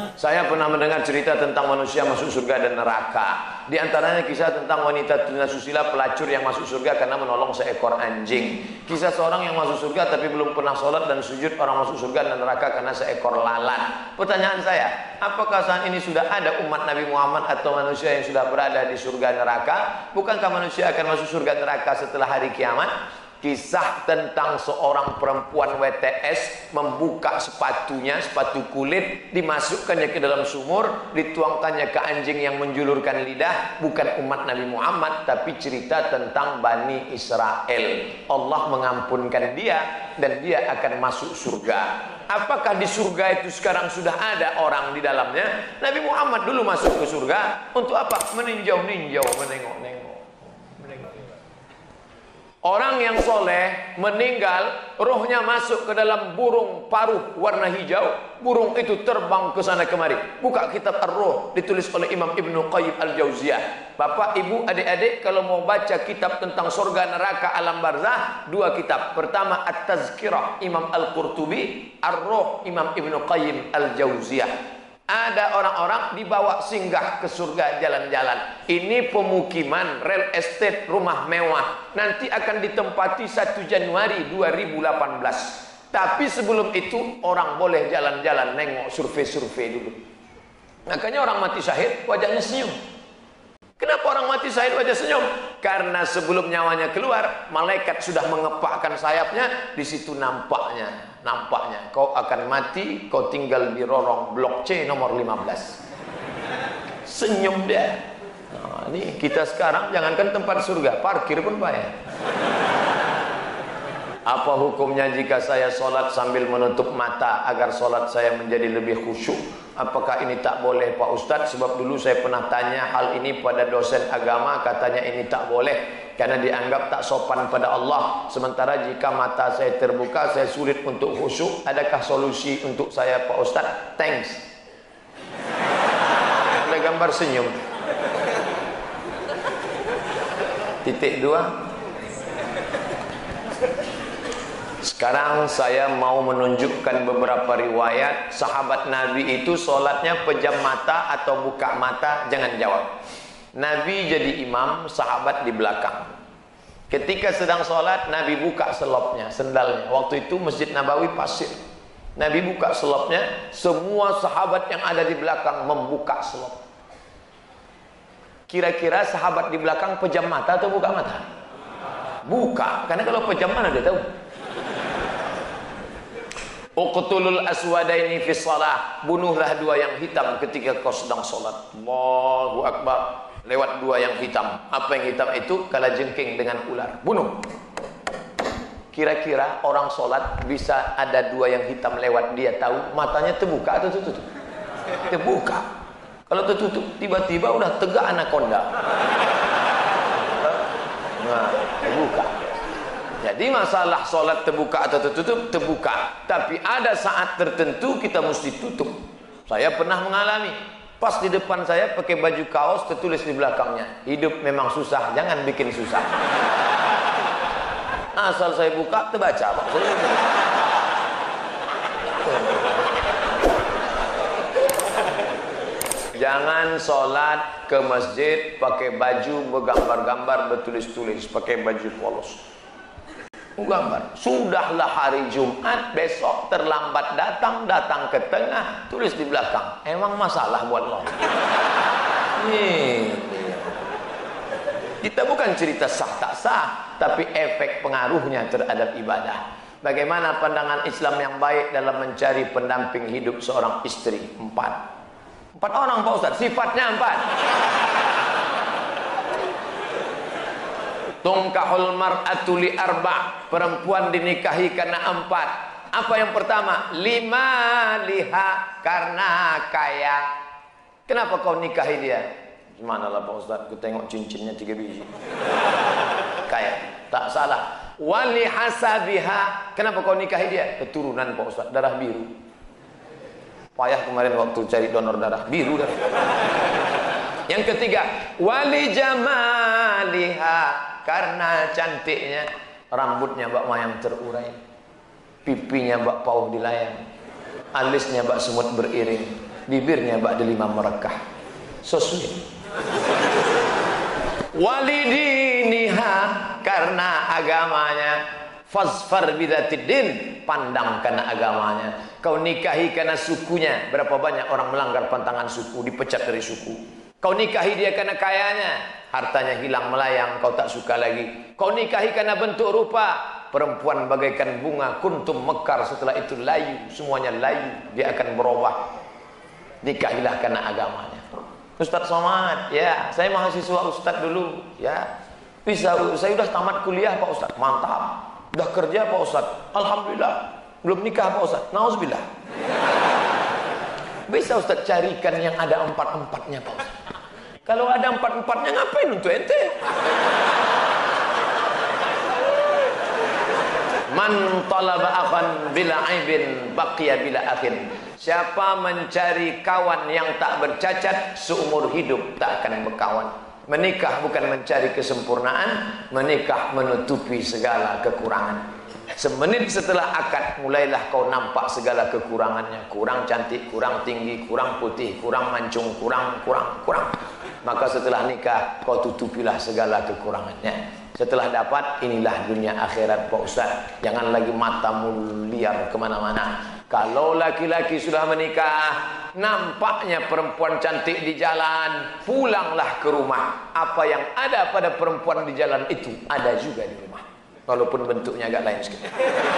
Saya pernah mendengar cerita tentang manusia masuk surga dan neraka. Di antaranya kisah tentang wanita tunasusila pelacur yang masuk surga karena menolong seekor anjing. Kisah seorang yang masuk surga tapi belum pernah sholat dan sujud, orang masuk surga dan neraka karena seekor lalat. Pertanyaan saya, apakah saat ini sudah ada umat Nabi Muhammad atau manusia yang sudah berada di surga neraka? Bukankah manusia akan masuk surga neraka setelah hari kiamat? Kisah tentang seorang perempuan WTS membuka sepatunya, sepatu kulit, dimasukkannya ke dalam sumur, dituangkannya ke anjing yang menjulurkan lidah. Bukan umat Nabi Muhammad, tapi cerita tentang Bani Israel. Allah mengampunkan dia dan dia akan masuk surga. Apakah di surga itu sekarang sudah ada orang di dalamnya? Nabi Muhammad dulu masuk ke surga untuk apa? Meninjau-ninjau, menengok-nengok. Orang yang soleh meninggal, rohnya masuk ke dalam burung paruh warna hijau. Burung itu terbang ke sana kemari. Buka kitab Ar-Ruh, ditulis oleh Imam Ibnu Qayyim Al-Jauziyah. Bapak, ibu, adik-adik, kalau mau baca kitab tentang surga, neraka, alam barzah, dua kitab. Pertama At-Tazkirah Imam Al-Qurtubi, Ar-Ruh Imam Ibnu Qayyim Al-Jauziyah. Ada orang-orang dibawa singgah ke surga jalan-jalan. Ini pemukiman, real estate, rumah mewah. Nanti akan ditempati 1 Januari 2018. Tapi sebelum itu orang boleh jalan-jalan, nengok, survei-survei dulu. Makanya orang mati syahid wajahnya senyum. Kenapa orang mati syahid wajah senyum? Karena sebelum nyawanya keluar, malaikat sudah mengepakkan sayapnya. Di situ nampaknya kau akan mati, kau tinggal di lorong blok C nomor 15. Senyum dia. Nah, ini kita sekarang jangankan tempat surga, parkir pun bayar. Apa hukumnya jika saya sholat sambil menutup mata agar sholat saya menjadi lebih khusyuk? Apakah ini tak boleh Pak Ustadz? Sebab dulu saya pernah tanya hal ini pada dosen agama, katanya ini tak boleh karena dianggap tak sopan pada Allah. Sementara jika mata saya terbuka, saya sulit untuk khusyuk. Adakah solusi untuk saya Pak Ustadz? Thanks. Ada gambar senyum. Titik 2. Sekarang saya mau menunjukkan beberapa riwayat sahabat Nabi itu sholatnya pejam mata atau buka mata. Jangan jawab. Nabi jadi imam, sahabat di belakang. Ketika sedang sholat, Nabi buka selopnya, sendalnya. Waktu itu Masjid Nabawi pasir. Nabi buka selopnya, semua sahabat yang ada di belakang membuka selop. Kira-kira sahabat di belakang pejam mata atau buka mata? Buka, karena kalau pejam mana dia tahu. Uqtulul aswadaini fi shalah, bunuhlah dua yang hitam ketika kau sedang salat. Allahu akbar. Lewat dua yang hitam. Apa yang hitam itu? Kalajengking dengan ular. Bunuh. Kira-kira orang salat bisa ada dua yang hitam lewat, dia tahu matanya terbuka atau tertutup? Terbuka. Kalau tertutup tiba-tiba udah tegak anaconda. Nah, terbuka. Jadi masalah sholat terbuka atau tertutup, terbuka. Tapi ada saat tertentu kita mesti tutup. Saya pernah mengalami. Pas di depan saya pakai baju kaos, tertulis di belakangnya, hidup memang susah, jangan bikin susah. Asal saya buka, terbaca Pak. Jangan sholat ke masjid pakai baju bergambar-gambar, bertulis-tulis, pakai baju polos. Gambar. Sudahlah hari Jumat, besok terlambat datang ke tengah, tulis di belakang. Emang masalah buat lo? Kita bukan cerita sah tak sah, tapi efek pengaruhnya terhadap ibadah. Bagaimana pandangan Islam yang baik dalam mencari pendamping hidup seorang istri? 4 orang Pak Ustaz, sifatnya 4. Tungkahul mar'atu li arba', perempuan dinikahi karena 4. Apa yang pertama? 5 liha, karena kaya. Kenapa kau nikahi dia? Gimana lah Pak Ustaz, aku tengok cincinnya 3 biji. Kaya, tak salah. Wali hasabiha, kenapa kau nikahi dia? Keturunan Pak Ustaz, darah biru. Payah kemarin waktu cari donor darah, biru darah. Yang ketiga, wali jamaliha, karena cantiknya. Rambutnya bak mayang terurai, pipinya bak pauh dilayang, alisnya bak semut beriring, bibirnya ba'da 5 merekah. So sweet. Walidiniha, karena agamanya. Fazfar bidzatiddin, pandang karena agamanya. Kau nikahi karena sukunya. Berapa banyak orang melanggar pantangan suku, dipecat dari suku. Kau nikahi dia karena kayanya, hartanya hilang melayang, kau tak suka lagi. Kau nikahi karena bentuk rupa, perempuan bagaikan bunga, kuntum mekar, setelah itu layu, semuanya layu, dia akan berubah. Nikahilah karena agamanya. Ustaz Somad, ya, saya mahasiswa Ustaz dulu, ya. Bisa, saya sudah tamat kuliah Pak Ustaz, mantap. Udah kerja Pak Ustaz, alhamdulillah. Belum nikah Pak Ustaz, nauzubillah. Bisa Ustaz carikan yang ada 4-4-nya Pak Ustaz. Kalau ada 4-4-nya ngapain untuk ente? Man talaba akhan bila aibin baqiya bila akhin. Siapa mencari kawan yang tak bercacat, seumur hidup tak akan berkawan. Menikah bukan mencari kesempurnaan, menikah menutupi segala kekurangan. Semenit setelah akad, mulailah kau nampak segala kekurangannya. Kurang cantik, kurang tinggi, kurang putih, kurang mancung, kurang. Maka setelah nikah, kau tutupilah segala kekurangannya. Setelah dapat, inilah dunia akhirat Pak Ustaz. Jangan lagi matamu liar kemana-mana. Kalau laki-laki sudah menikah, nampaknya perempuan cantik di jalan, pulanglah ke rumah. Apa yang ada pada perempuan di jalan itu, ada juga di rumah. Walaupun bentuknya agak lain sedikit.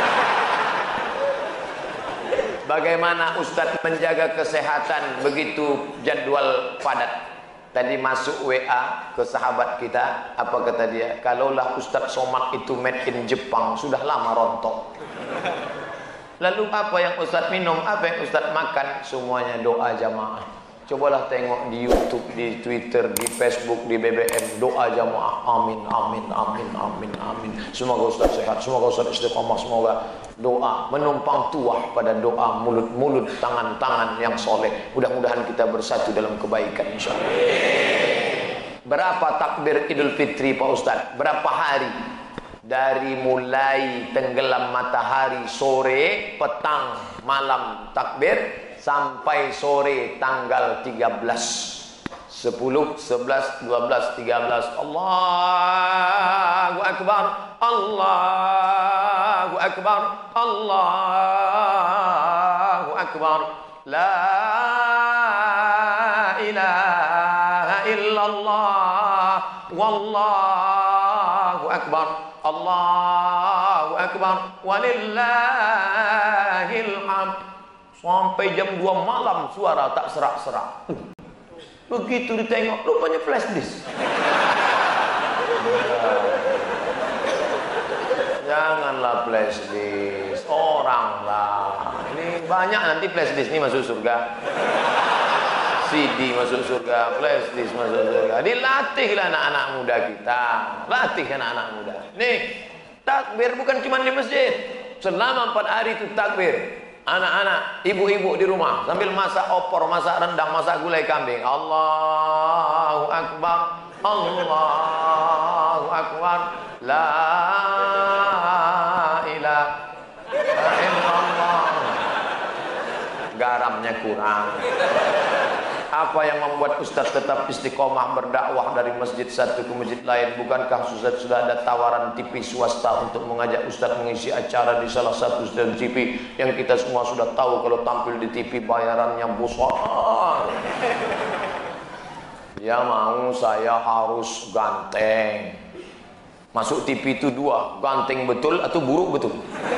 Bagaimana Ustadz menjaga kesehatan begitu jadwal padat? Tadi masuk WA ke sahabat kita, apa kata dia? Kalaulah Ustadz Somad itu made in Jepang, sudah lama rontok. Lalu apa yang Ustadz minum, apa yang Ustadz makan? Semuanya doa jamaah. Cobalah tengok di YouTube, di Twitter, di Facebook, di BBM, doa jamaah. Amin, amin, amin, amin, amin. Semoga Ustadz sehat, semoga Ustadz istiqomah, semoga doa menumpang tuah pada doa, mulut-mulut, tangan-tangan yang soleh. Mudah-mudahan kita bersatu dalam kebaikan insyaallah. Berapa takbir Idul Fitri Pak Ustadz? Berapa hari? Dari mulai tenggelam matahari sore, petang, malam takbir sampai sore tanggal 13, 10, 11, 12, 13. Allahu Akbar, Allahu Akbar, Allahu Akbar. La ilaha illallah, wallahu akbar. Allahu Akbar walillahil hamd. Sampai jam 2 malam suara tak serak-serak. Begitu ditengok, rupanya flash disk. Janganlah flash disk, orang lah. Ini banyak nanti flash disk ini masuk surga. CD masuk surga, flash disk masuk surga. Dilatihlah anak-anak muda kita. Latih anak-anak muda. Nih, takbir bukan cuma di masjid. Selama 4 hari itu takbir. Anak-anak, ibu-ibu di rumah sambil masak opor, masak rendang, masak gulai kambing. Allahu Akbar, Allahu Akbar. La ilaha illallah. Garamnya kurang. Apa yang membuat Ustaz tetap istiqomah berdakwah dari masjid satu ke masjid lain? Bukankah Ustaz sudah ada tawaran TV swasta untuk mengajak Ustaz mengisi acara di salah satu stasiun TV yang kita semua sudah tahu kalau tampil di TV bayarannya besar? Ya mau saya harus ganteng. Masuk TV itu 2, ganteng betul atau buruk betul?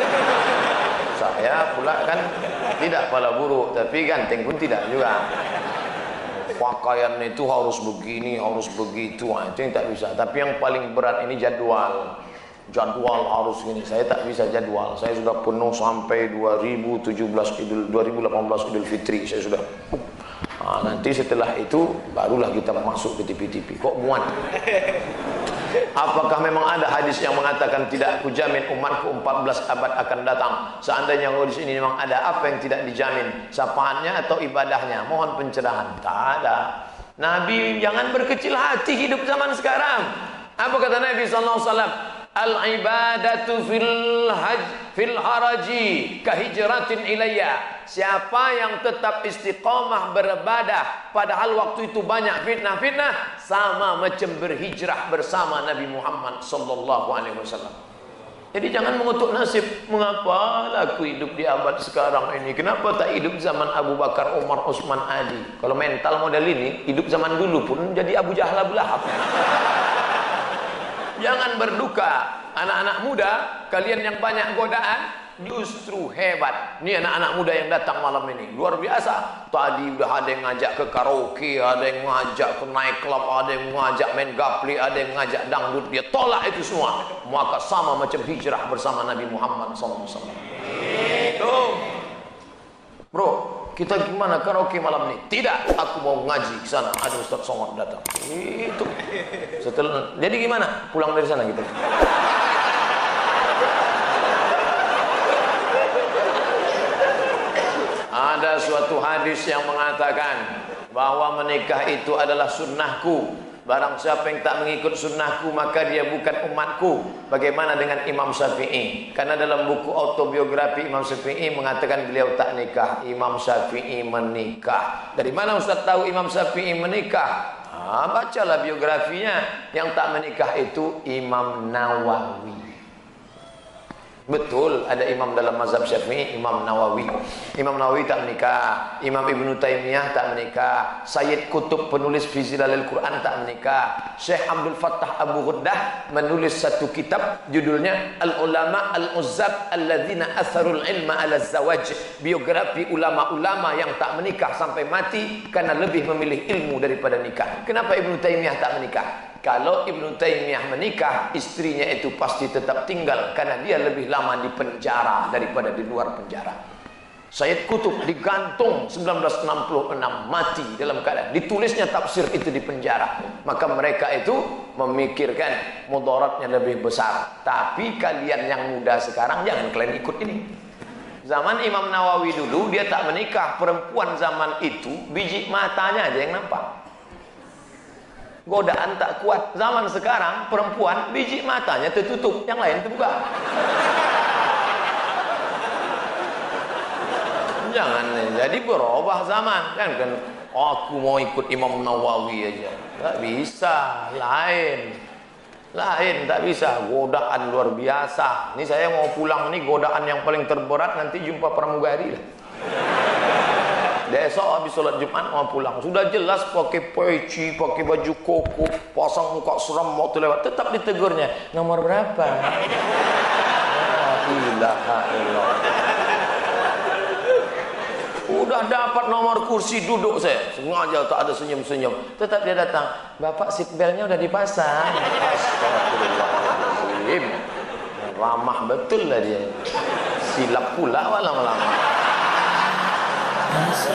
Saya pula kan tidak pala buruk, tapi ganteng pun tidak juga. Pakaian itu harus begini, harus begitu, itu yang tak bisa. Tapi yang paling berat ini jadwal. Jadwal harus gini. Saya tak bisa jadwal. Saya sudah penuh sampai 2018 Idul Fitri. Saya sudah. Nanti setelah itu barulah kita masuk ke TV-TV. Kok muat? Apakah memang ada hadis yang mengatakan tidak aku jamin umatku 14 abad akan datang? Seandainya hadis ini memang ada, apa yang tidak dijamin? Sapaannya atau ibadahnya? Mohon pencerahan. Tak ada. Nabi jangan berkecil hati hidup zaman sekarang. Apa kata Nabi SAW? Al-ibadatu fil haraji kahijratin ilayya. siapa yang tetap istiqamah beribadah padahal waktu itu banyak fitnah-fitnah, sama macam berhijrah bersama Nabi Muhammad sallallahu alaihi wasallam. Jadi jangan mengutuk nasib. Mengapa aku hidup di abad sekarang ini? Kenapa tak hidup zaman Abu Bakar, Umar, Utsman, Ali? Kalau mental model ini, hidup zaman dulu pun jadi Abu Jahal, Abu Lahab. Jangan berduka. Anak-anak muda, kalian yang banyak godaan, justru hebat. Ini anak-anak muda yang datang malam ini luar biasa. Tadi udah ada yang ngajak ke karaoke, ada yang ngajak ke night club, ada yang ngajak main gaple, ada yang ngajak dangdut. Dia tolak itu semua. Maka sama macam hijrah bersama Nabi Muhammad SAW. Bro, kita gimana karaoke malam ini? Tidak, aku mau ngaji ke sana. Ada Ustaz Somad datang. Itu. Setelah, jadi gimana? Pulang dari sana gitu. Ada suatu hadis yang mengatakan bahwa menikah itu adalah sunnahku. Barang siapa yang tak mengikut sunnahku maka dia bukan umatku. Bagaimana dengan Imam Syafi'i? Karena dalam buku autobiografi Imam Syafi'i mengatakan beliau tak nikah. Imam Syafi'i menikah. Dari mana Ustaz tahu Imam Syafi'i menikah? Bacalah biografinya. Yang tak menikah itu Imam Nawawi. Betul, ada imam dalam mazhab Syafi'i, Imam Nawawi. Imam Nawawi tak menikah. Imam Ibnu Taimiyah tak menikah. Sayyid Qutb penulis fi Zilalil Quran tak menikah. Syekh Abdul Fattah Abu Ghuddah menulis satu kitab judulnya Al-Ulama Al-Uzzab Alladzina Atharul Ilma Ala Zawaj. Biografi ulama-ulama yang tak menikah sampai mati karena lebih memilih ilmu daripada nikah. Kenapa Ibnu Taimiyah tak menikah? Kalau Ibnu Taimiyah menikah, istrinya itu pasti tetap tinggal karena dia lebih lama di penjara daripada di luar penjara. Sayyid Qutb digantung 1966, mati dalam keadaan ditulisnya tafsir itu di penjara. Maka mereka itu memikirkan mudaratnya lebih besar. Tapi kalian yang muda sekarang jangan kalian ikut ini. Zaman Imam Nawawi dulu dia tak menikah. Perempuan zaman itu biji matanya aja yang nampak. Godaan tak kuat. Zaman sekarang perempuan biji matanya tertutup, yang lain terbuka. Jangan jadi berubah zaman. Kan aku mau ikut Imam Nawawi aja. Tak bisa, lain. Tak bisa. Godaan luar biasa. Ini saya mau pulang nih, godaan yang paling terberat nanti jumpa pramugari lah. Besok habis sholat Jumat mau pulang. Sudah jelas pakai peci, pakai baju koko, pasang muka seram waktu lewat. Tetap ditegurnya. Nomor berapa? La ilaha illallah. Udah dapat nomor kursi duduk saya. Sengaja tak ada senyum-senyum. Tetap dia datang. Bapak seatbeltnya udah dipasang. Astagfirullahaladzim. Ramah betul lah dia. Silap pula lama-lama.